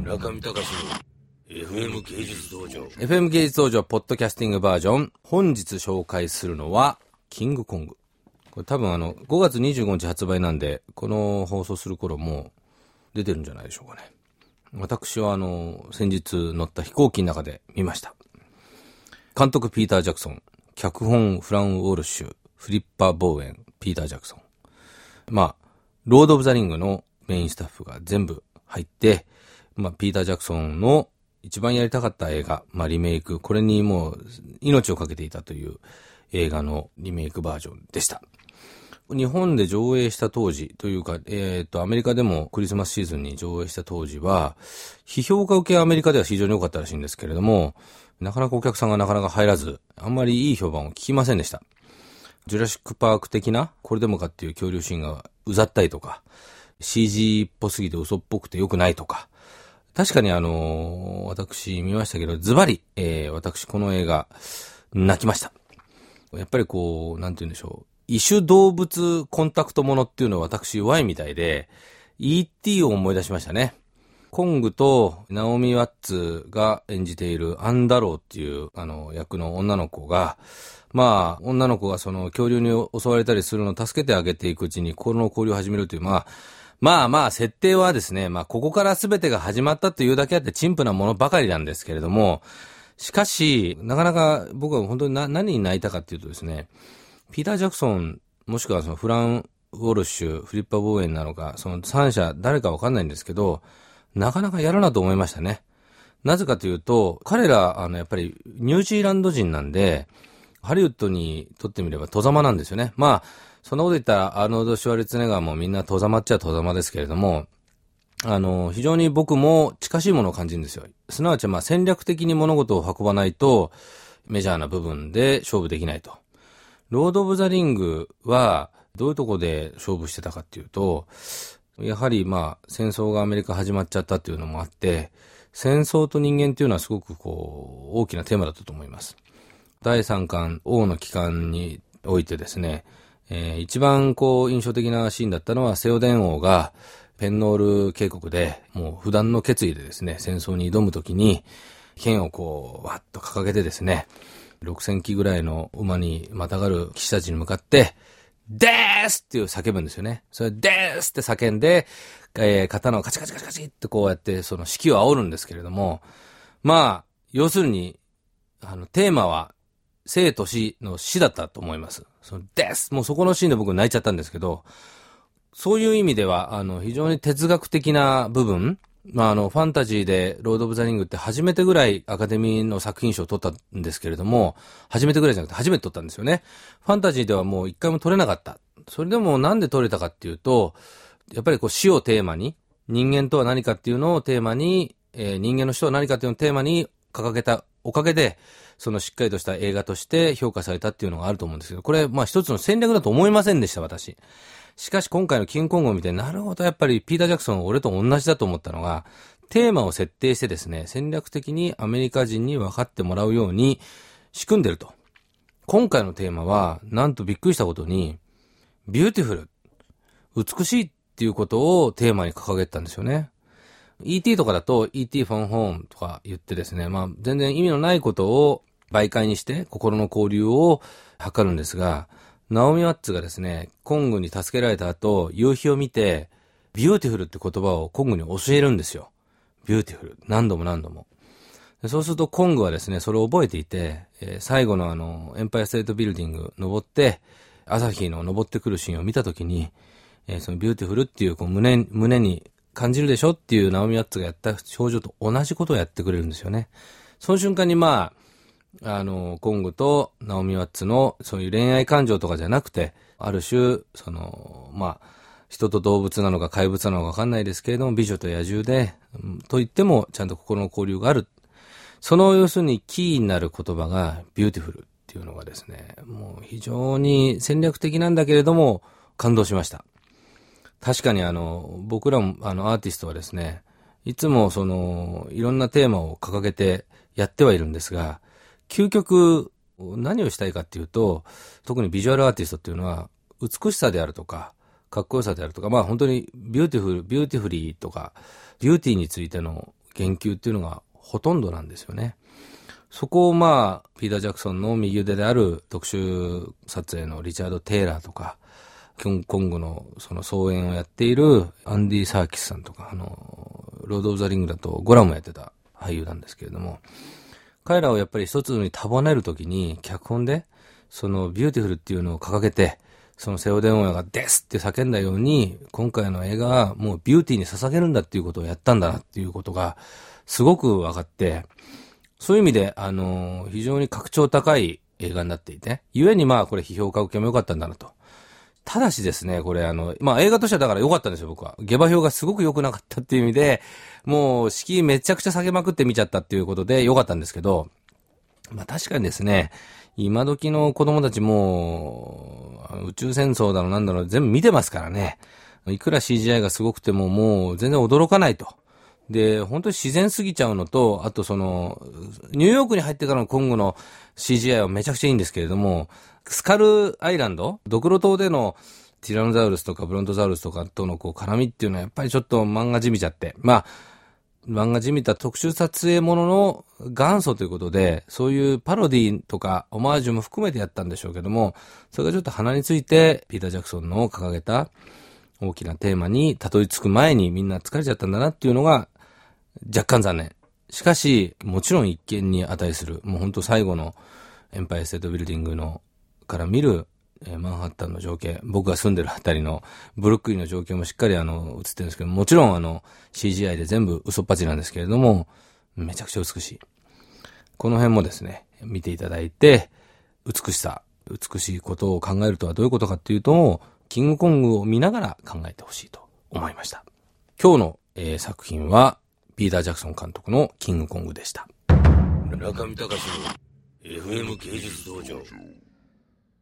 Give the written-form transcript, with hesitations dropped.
中見隆の FM 芸術道場。 FM 芸術道場ポッドキャスティングバージョン。本日紹介するのはキングコング。これ多分5月25日発売なんで、この放送する頃もう出てるんじゃないでしょうかね。私は先日乗った飛行機の中で見ました。監督ピーター・ジャクソン、脚本フラン・ウォルシュ、フリッパー・ボーエン、ピーター・ジャクソン。ロード・オブ・ザ・リングのメインスタッフが全部入って、ピーター・ジャクソンの一番やりたかった映画、リメイク、これにもう命をかけていたという映画のリメイクバージョンでした。日本で上映した当時というか、アメリカでもクリスマスシーズンに上映した当時は、批評家受けアメリカでは非常に良かったらしいんですけれども、なかなかお客さんがなかなか入らず、あんまりいい評判を聞きませんでした。ジュラシックパーク的な、これでもかっていう恐竜シーンがうざったいとか、CG っぽすぎて嘘っぽくて良くないとか、確かに私見ましたけど、ズバリ、私この映画、泣きました。やっぱりなんて言うんでしょう。異種動物コンタクトものっていうのは私弱いみたいで、E.T. を思い出しましたね。コングとナオミ・ワッツが演じているアンダローっていう役の女の子が、女の子がその恐竜に襲われたりするのを助けてあげていくうちに心の交流を始めるという、設定はですね、ここから全てが始まったというだけあって陳腐なものばかりなんですけれども、しかし、なかなか僕は本当に何に泣いたかっていうとですね、ピーター・ジャクソン、もしくはそのフラン・ウォルシュ、フリッパー・ボーエンなのか、その3社誰かわかんないんですけど、なかなかやるなと思いましたね。なぜかというと、彼ら、やっぱりニュージーランド人なんで、ハリウッドにとってみれば戸ざまなんですよね。そんなこと言ったら、アーノルド・シュワルツェネッガーもみんな戸ざまっちゃ戸ざまですけれども、非常に僕も近しいものを感じるんですよ。すなわち、戦略的に物事を運ばないと、メジャーな部分で勝負できないと。ロード・オブ・ザ・リングは、どういうとこで勝負してたかっていうと、やはり戦争がアメリカ始まっちゃったっていうのもあって、戦争と人間っていうのはすごく大きなテーマだったと思います。第3巻、王の帰還においてですね、一番印象的なシーンだったのは、セオデン王がペンノール渓谷で、もう不断の決意でですね、戦争に挑むときに、剣をわっと掲げてですね、6000騎ぐらいの馬にまたがる騎士たちに向かって、でーすっていう叫ぶんですよね。それでーすって叫んで、刀をカチカチカチカチってこうやってその士気を煽るんですけれども、要するに、テーマは生と死の死だったと思います。そのでーす。もうそこのシーンで僕泣いちゃったんですけど、そういう意味では、非常に哲学的な部分、ファンタジーでロード・オブ・ザ・リングって初めてぐらいアカデミーの作品賞を取ったんですけれども、初めてぐらいじゃなくて初めて取ったんですよね。ファンタジーではもう一回も取れなかった。それでもなんで取れたかっていうと、やっぱり死をテーマに、人間とは何かっていうのをテーマに、人間の死とは何かっていうのをテーマに掲げたおかげで、そのしっかりとした映画として評価されたっていうのがあると思うんですけど、これ一つの戦略だと思いませんでした、私。しかし今回のキングコングを見て、なるほど、やっぱりピーター・ジャクソンは俺と同じだと思ったのが、テーマを設定してですね、戦略的にアメリカ人に分かってもらうように仕組んでると。今回のテーマは、なんとびっくりしたことに、ビューティフル、美しいっていうことをテーマに掲げてたんですよね。E.T. とかだと E.T. フォンホームとか言ってですね、全然意味のないことを媒介にして心の交流を図るんですが、ナオミ・ワッツがですね、コングに助けられた後、夕日を見て、ビューティフルって言葉をコングに教えるんですよ。ビューティフル。何度も何度も。そうするとコングはですね、それを覚えていて、最後のエンパイアステートビルディング登って、朝日の登ってくるシーンを見たときに、そのビューティフルっていう胸に感じるでしょっていうナオミ・ワッツがやった表情と同じことをやってくれるんですよね。その瞬間にコングとナオミ・ワッツのそういう恋愛感情とかじゃなくて、ある種、人と動物なのか怪物なのかわかんないですけれども、美女と野獣で、と言ってもちゃんと心の交流がある。その要するにキーになる言葉がビューティフルっていうのがですね、もう非常に戦略的なんだけれども、感動しました。確かに僕らもアーティストはですね、いつもいろんなテーマを掲げてやってはいるんですが、究極何をしたいかっていうと、特にビジュアルアーティストっていうのは美しさであるとかかっこよさであるとか、本当にビューティフルとかビューティーについての言及っていうのがほとんどなんですよね。そこをまあ、ピーター・ジャクソンの右腕である特殊撮影のリチャード・テイラーとか、キングコングのその総演をやっているアンディ・サーキスさんとか、ロード・オブ・ザ・リングだとゴラムをやってた俳優なんですけれども、彼らをやっぱり一つに束ねるときに、脚本で、そのビューティフルっていうのを掲げて、そのセオデンオヤがですって叫んだように、今回の映画はもうビューティーに捧げるんだっていうことをやったんだなっていうことが、すごく分かって、そういう意味で、非常に格調高い映画になっていて、ゆえにまあこれ批評家受けも良かったんだなと。ただしですね、これまあ映画としてはだから良かったんですよ、僕は。下馬評がすごく良くなかったっていう意味で、もう敷居めちゃくちゃ下げまくって見ちゃったっていうことで良かったんですけど、まあ確かにですね、今時の子供たちも、宇宙戦争だのなんだの全部見てますからね。いくら CGI がすごくてももう全然驚かないと。で、本当に自然すぎちゃうのと、あとニューヨークに入ってからの今後の CGI はめちゃくちゃいいんですけれども、スカルアイランド、ドクロ島でのティラノザウルスとかブロントザウルスとかとの絡みっていうのはやっぱりちょっと漫画じみちゃって、まあ、漫画じみた特殊撮影ものの元祖ということで、そういうパロディとかオマージュも含めてやったんでしょうけども、それがちょっと鼻について、ピーター・ジャクソンの掲げた大きなテーマにたどり着く前にみんな疲れちゃったんだなっていうのが若干残念。しかし、もちろん一見に値する、もう本当最後のエンパイアステートビルディングのから見るマンハッタンの情景、僕が住んでるあたりのブルックリンの情景もしっかり映ってるんですけど、もちろんCGI で全部嘘っぱちなんですけれども、めちゃくちゃ美しい。この辺もですね、見ていただいて、美しいことを考えるとはどういうことかっていうと、キングコングを見ながら考えてほしいと思いました。今日の、作品は、ピーター・ジャクソン監督のキングコングでした。 中見隆の FM 芸術道場。